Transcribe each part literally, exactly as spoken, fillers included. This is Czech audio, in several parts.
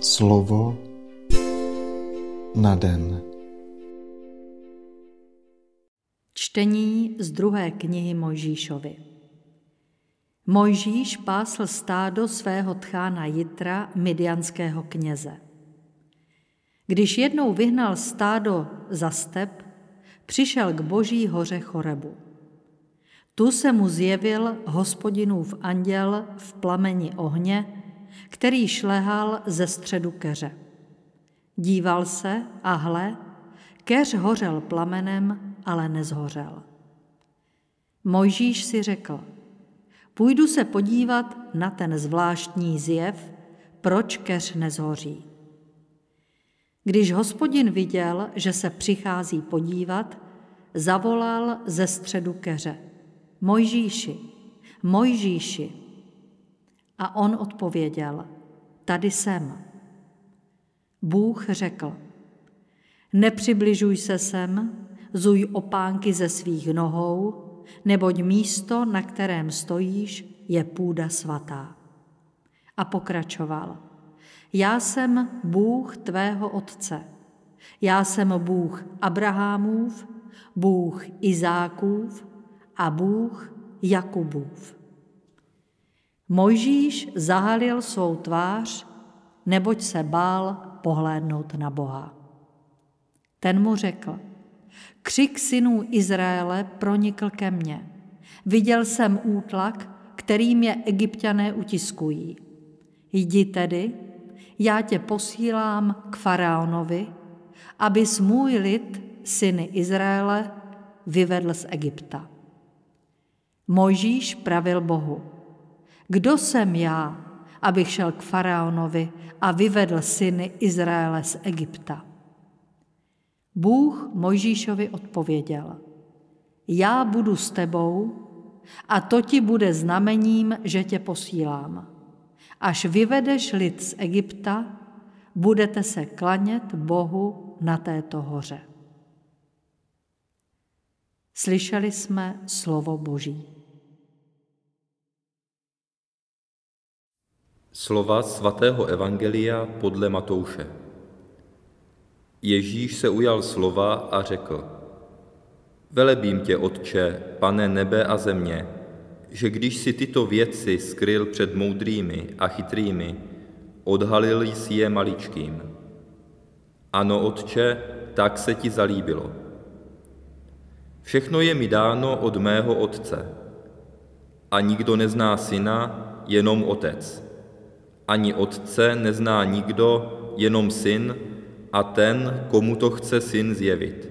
Slovo na den. Čtení z druhé knihy Mojžíšovy. Mojžíš pásl stádo svého tchána Jitra, midjanského kněze. Když jednou vyhnal stádo za step, přišel k Boží hoře Chorebu. Tu se mu zjevil Hospodinův anděl v plameni ohně, který šlehal ze středu keře. Díval se a hle, keř hořel plamenem, ale nezhořel. Mojžíš si řekl, půjdu se podívat na ten zvláštní zjev, proč keř nezhoří. Když Hospodin viděl, že se přichází podívat, zavolal ze středu keře, Mojžíši, Mojžíši. A on odpověděl, tady jsem. Bůh řekl, nepřibližuj se sem, zuj opánky ze svých nohou, neboť místo, na kterém stojíš, je půda svatá. A pokračoval, já jsem Bůh tvého otce, já jsem Bůh Abrahamův, Bůh Izákův a Bůh Jakubův. Mojžíš zahalil svou tvář, neboť se bál pohlédnout na Boha. Ten mu řekl, křik synů Izraele pronikl ke mně. Viděl jsem útlak, kterým je Egypťané utiskují. Jdi tedy, já tě posílám k faraonovi, abys můj lid, syny Izraele, vyvedl z Egypta. Mojžíš pravil Bohu, kdo jsem já, abych šel k faraonovi a vyvedl syny Izraele z Egypta? Bůh Mojžíšovi odpověděl, já budu s tebou a to ti bude znamením, že tě posílám. Až vyvedeš lid z Egypta, budete se klanět Bohu na této hoře. Slyšeli jsme slovo Boží. Slova svatého evangelia podle Matouše. Ježíš se ujal slova a řekl, velebím tě, Otče, Pane nebe a země, že když si tyto věci skryl před moudrými a chytrými, odhalil jsi je maličkým. Ano, Otče, tak se ti zalíbilo. Všechno je mi dáno od mého Otce. A nikdo nezná syna, jenom Otec. Ani Otce nezná nikdo, jenom Syn a ten, komu to chce Syn zjevit.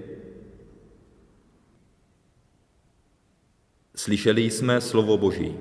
Slyšeli jsme slovo Boží.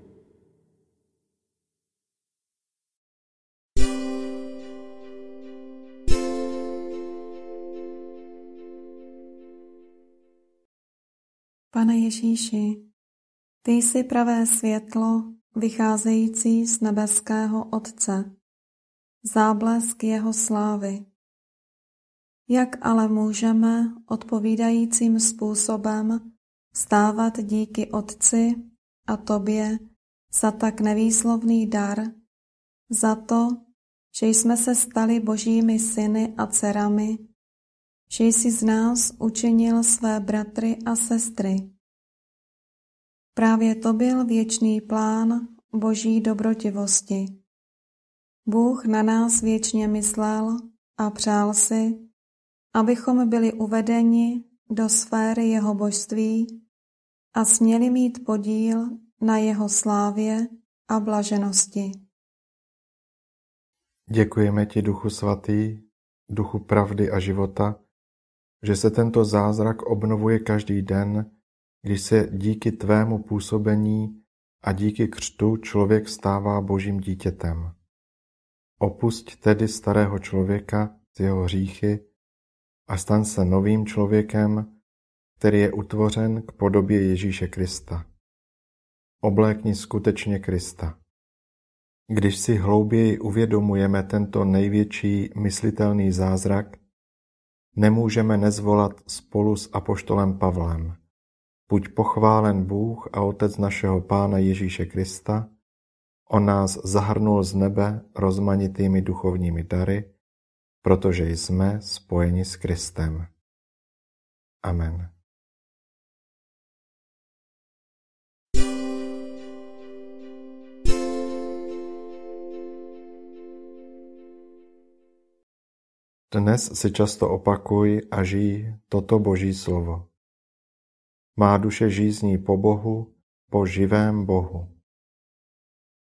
Pane Ježíši, ty jsi pravé světlo, vycházející z nebeského Otce, záblesk jeho slávy. Jak ale můžeme odpovídajícím způsobem vstávat díky Otci a tobě za tak nevýslovný dar, za to, že jsme se stali Božími syny a dcerami, že jsi z nás učinil své bratry a sestry. Právě to byl věčný plán Boží dobrotivosti. Bůh na nás věčně myslel a přál si, abychom byli uvedeni do sféry jeho božství a směli mít podíl na jeho slávě a blaženosti. Děkujeme ti, Duchu Svatý, Duchu pravdy a života, že se tento zázrak obnovuje každý den, když se díky tvému působení a díky křtu člověk stává Božím dítětem. Opusť tedy starého člověka z jeho hříchy a staň se novým člověkem, který je utvořen k podobě Ježíše Krista. Oblékni skutečně Krista. Když si hlouběji uvědomujeme tento největší myslitelný zázrak, nemůžeme nezvolat spolu s apoštolem Pavlem. Buď pochválen Bůh a Otec našeho Pána Ježíše Krista, On nás zahrnul z nebe rozmanitými duchovními dary, protože jsme spojeni s Kristem. Amen. Dnes si často opakuj a žij toto Boží slovo. Má duše žízní po Bohu, po živém Bohu.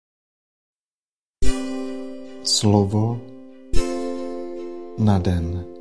Slovo na den.